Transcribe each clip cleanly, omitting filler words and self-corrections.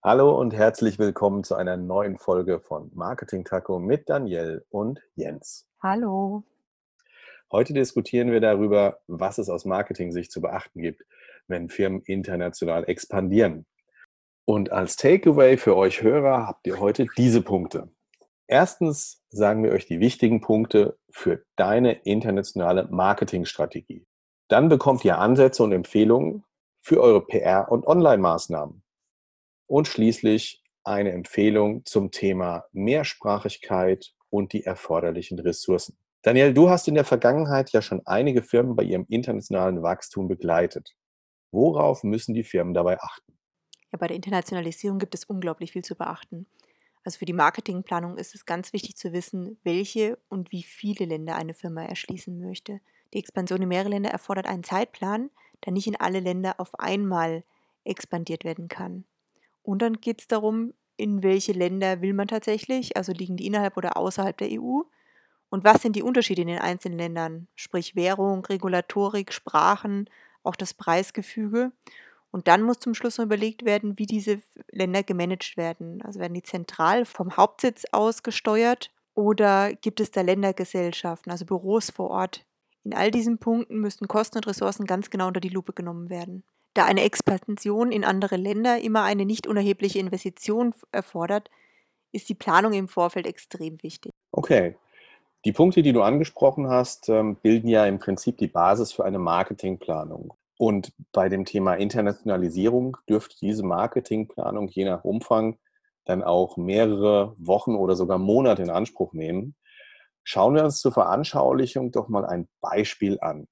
Hallo und herzlich willkommen zu einer neuen Folge von Marketing Taco mit Danielle und Jens. Hallo. Heute diskutieren wir darüber, was es aus Marketing-Sicht zu beachten gibt, wenn Firmen international expandieren. Und als Takeaway für euch Hörer habt ihr heute diese Punkte. Erstens sagen wir euch die wichtigen Punkte für deine internationale Marketingstrategie. Dann bekommt ihr Ansätze und Empfehlungen für eure PR- und Online-Maßnahmen. Und schließlich eine Empfehlung zum Thema Mehrsprachigkeit und die erforderlichen Ressourcen. Daniel, du hast in der Vergangenheit ja schon einige Firmen bei ihrem internationalen Wachstum begleitet. Worauf müssen die Firmen dabei achten? Ja, bei der Internationalisierung gibt es unglaublich viel zu beachten. Also für die Marketingplanung ist es ganz wichtig zu wissen, welche und wie viele Länder eine Firma erschließen möchte. Die Expansion in mehrere Länder erfordert einen Zeitplan, da nicht in alle Länder auf einmal expandiert werden kann. Und dann geht es darum, in welche Länder will man tatsächlich, also liegen die innerhalb oder außerhalb der EU? Und was sind die Unterschiede in den einzelnen Ländern, sprich Währung, Regulatorik, Sprachen, auch das Preisgefüge. Und dann muss zum Schluss noch überlegt werden, wie diese Länder gemanagt werden. Also werden die zentral vom Hauptsitz aus gesteuert oder gibt es da Ländergesellschaften, also Büros vor Ort? In all diesen Punkten müssten Kosten und Ressourcen ganz genau unter die Lupe genommen werden. Da eine Expansion in andere Länder immer eine nicht unerhebliche Investition erfordert, ist die Planung im Vorfeld extrem wichtig. Okay, die Punkte, die du angesprochen hast, bilden ja im Prinzip die Basis für eine Marketingplanung. Und bei dem Thema Internationalisierung dürfte diese Marketingplanung je nach Umfang dann auch mehrere Wochen oder sogar Monate in Anspruch nehmen. Schauen wir uns zur Veranschaulichung doch mal ein Beispiel an.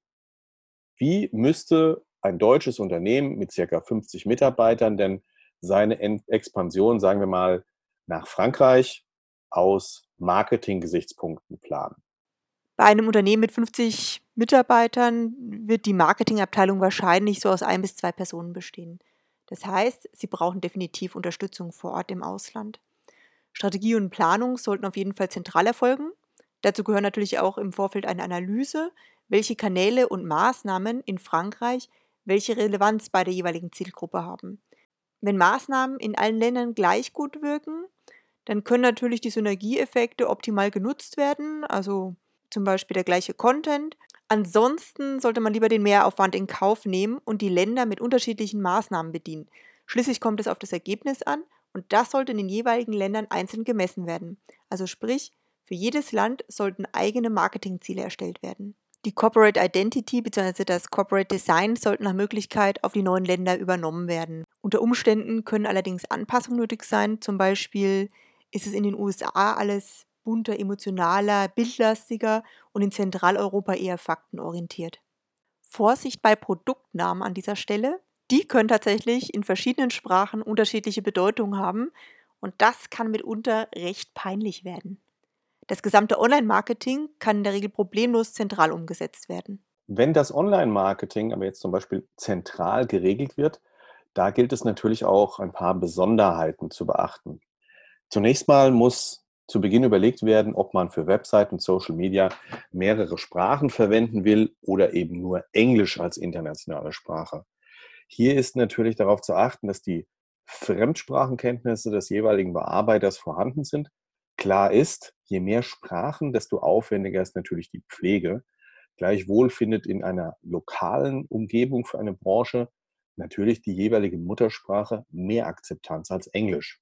Wie müsste ein deutsches Unternehmen mit circa 50 Mitarbeitern denn seine Expansion, sagen wir mal, nach Frankreich aus Marketing-Gesichtspunkten planen? Bei einem Unternehmen mit 50 Mitarbeitern wird die Marketingabteilung wahrscheinlich so aus 1 bis 2 Personen bestehen. Das heißt, sie brauchen definitiv Unterstützung vor Ort im Ausland. Strategie und Planung sollten auf jeden Fall zentral erfolgen. Dazu gehört natürlich auch im Vorfeld eine Analyse, welche Kanäle und Maßnahmen in Frankreich welche Relevanz bei der jeweiligen Zielgruppe haben. Wenn Maßnahmen in allen Ländern gleich gut wirken, dann können natürlich die Synergieeffekte optimal genutzt werden, also zum Beispiel der gleiche Content. Ansonsten sollte man lieber den Mehraufwand in Kauf nehmen und die Länder mit unterschiedlichen Maßnahmen bedienen. Schließlich kommt es auf das Ergebnis an und das sollte in den jeweiligen Ländern einzeln gemessen werden. Also sprich, für jedes Land sollten eigene Marketingziele erstellt werden. Die Corporate Identity bzw. das Corporate Design sollten nach Möglichkeit auf die neuen Länder übernommen werden. Unter Umständen können allerdings Anpassungen nötig sein. Zum Beispiel ist es in den USA alles bunter, emotionaler, bildlastiger und in Zentraleuropa eher faktenorientiert. Vorsicht bei Produktnamen an dieser Stelle. Die können tatsächlich in verschiedenen Sprachen unterschiedliche Bedeutungen haben und das kann mitunter recht peinlich werden. Das gesamte Online-Marketing kann in der Regel problemlos zentral umgesetzt werden. Wenn das Online-Marketing aber jetzt zum Beispiel zentral geregelt wird, da gilt es natürlich auch ein paar Besonderheiten zu beachten. Zunächst mal muss zu Beginn überlegt werden, ob man für Website und Social Media mehrere Sprachen verwenden will oder eben nur Englisch als internationale Sprache. Hier ist natürlich darauf zu achten, dass die Fremdsprachenkenntnisse des jeweiligen Bearbeiters vorhanden sind. Klar ist, je mehr Sprachen, desto aufwendiger ist natürlich die Pflege. Gleichwohl findet in einer lokalen Umgebung für eine Branche natürlich die jeweilige Muttersprache mehr Akzeptanz als Englisch.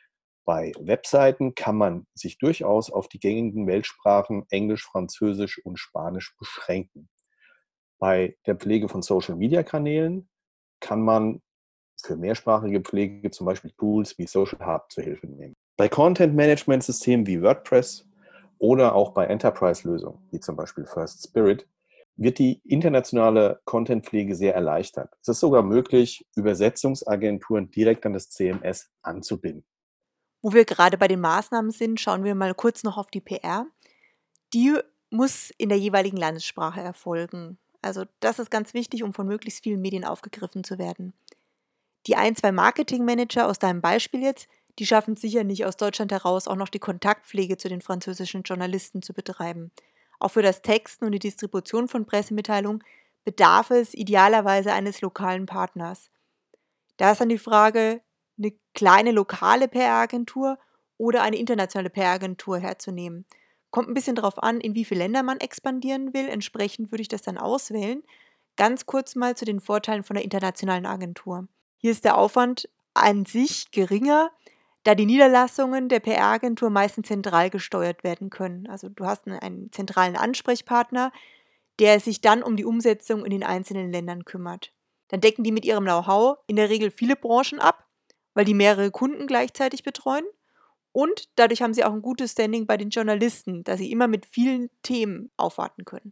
Bei Webseiten kann man sich durchaus auf die gängigen Weltsprachen Englisch, Französisch und Spanisch beschränken. Bei der Pflege von Social-Media-Kanälen kann man für mehrsprachige Pflege zum Beispiel Tools wie Social Hub zur Hilfe nehmen. Bei Content-Management-Systemen wie WordPress oder auch bei Enterprise-Lösungen, wie zum Beispiel First Spirit, wird die internationale Contentpflege sehr erleichtert. Es ist sogar möglich, Übersetzungsagenturen direkt an das CMS anzubinden. Wo wir gerade bei den Maßnahmen sind, schauen wir mal kurz noch auf die PR. Die muss in der jeweiligen Landessprache erfolgen. Also das ist ganz wichtig, um von möglichst vielen Medien aufgegriffen zu werden. Die 2 Marketingmanager aus deinem Beispiel jetzt, die schaffen es sicher nicht aus Deutschland heraus auch noch die Kontaktpflege zu den französischen Journalisten zu betreiben. Auch für das Texten und die Distribution von Pressemitteilungen bedarf es idealerweise eines lokalen Partners. Da ist dann die Frage, eine kleine lokale PR-Agentur oder eine internationale PR-Agentur herzunehmen. Kommt ein bisschen darauf an, in wie viele Länder man expandieren will. Entsprechend würde ich das dann auswählen. Ganz kurz mal zu den Vorteilen von der internationalen Agentur. Hier ist der Aufwand an sich geringer, da die Niederlassungen der PR-Agentur meistens zentral gesteuert werden können. Also du hast einen zentralen Ansprechpartner, der sich dann um die Umsetzung in den einzelnen Ländern kümmert. Dann decken die mit ihrem Know-how in der Regel viele Branchen ab, weil die mehrere Kunden gleichzeitig betreuen. Und dadurch haben sie auch ein gutes Standing bei den Journalisten, da sie immer mit vielen Themen aufwarten können.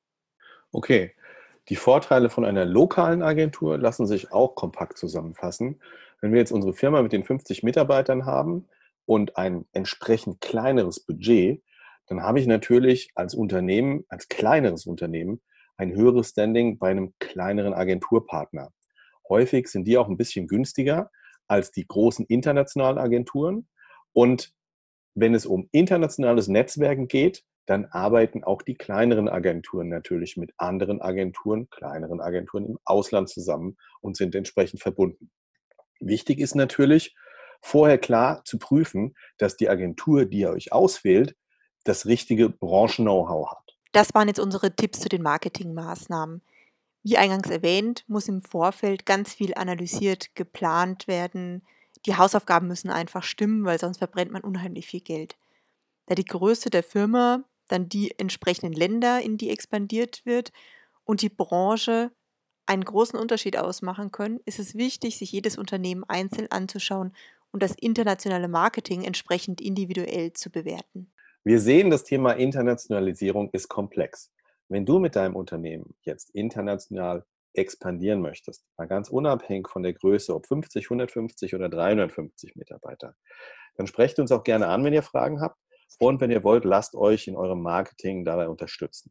Okay, die Vorteile von einer lokalen Agentur lassen sich auch kompakt zusammenfassen. Wenn wir jetzt unsere Firma mit den 50 Mitarbeitern haben und ein entsprechend kleineres Budget, dann habe ich natürlich als Unternehmen, als kleineres Unternehmen, ein höheres Standing bei einem kleineren Agenturpartner. Häufig sind die auch ein bisschen günstiger als die großen internationalen Agenturen. Und wenn es um internationales Netzwerken geht, dann arbeiten auch die kleineren Agenturen natürlich mit anderen Agenturen, kleineren Agenturen im Ausland zusammen und sind entsprechend verbunden. Wichtig ist natürlich, vorher klar zu prüfen, dass die Agentur, die ihr euch auswählt, das richtige Branchen-Know-how hat. Das waren jetzt unsere Tipps zu den Marketingmaßnahmen. Wie eingangs erwähnt, muss im Vorfeld ganz viel analysiert, geplant werden. Die Hausaufgaben müssen einfach stimmen, weil sonst verbrennt man unheimlich viel Geld. Da die Größe der Firma, dann die entsprechenden Länder, in die expandiert wird und die Branche einen großen Unterschied ausmachen können, ist es wichtig, sich jedes Unternehmen einzeln anzuschauen und das internationale Marketing entsprechend individuell zu bewerten. Wir sehen, das Thema Internationalisierung ist komplex. Wenn du mit deinem Unternehmen jetzt international expandieren möchtest, mal ganz unabhängig von der Größe, ob 50, 150 oder 350 Mitarbeiter, dann sprecht uns auch gerne an, wenn ihr Fragen habt. Und wenn ihr wollt, lasst euch in eurem Marketing dabei unterstützen.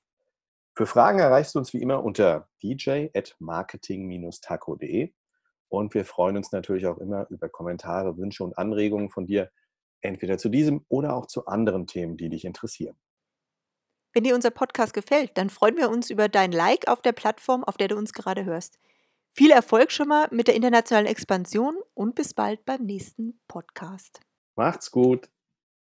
Für Fragen erreichst du uns wie immer unter dj@marketing-taco.de und wir freuen uns natürlich auch immer über Kommentare, Wünsche und Anregungen von dir, entweder zu diesem oder auch zu anderen Themen, die dich interessieren. Wenn dir unser Podcast gefällt, dann freuen wir uns über dein Like auf der Plattform, auf der du uns gerade hörst. Viel Erfolg schon mal mit der internationalen Expansion und bis bald beim nächsten Podcast. Macht's gut!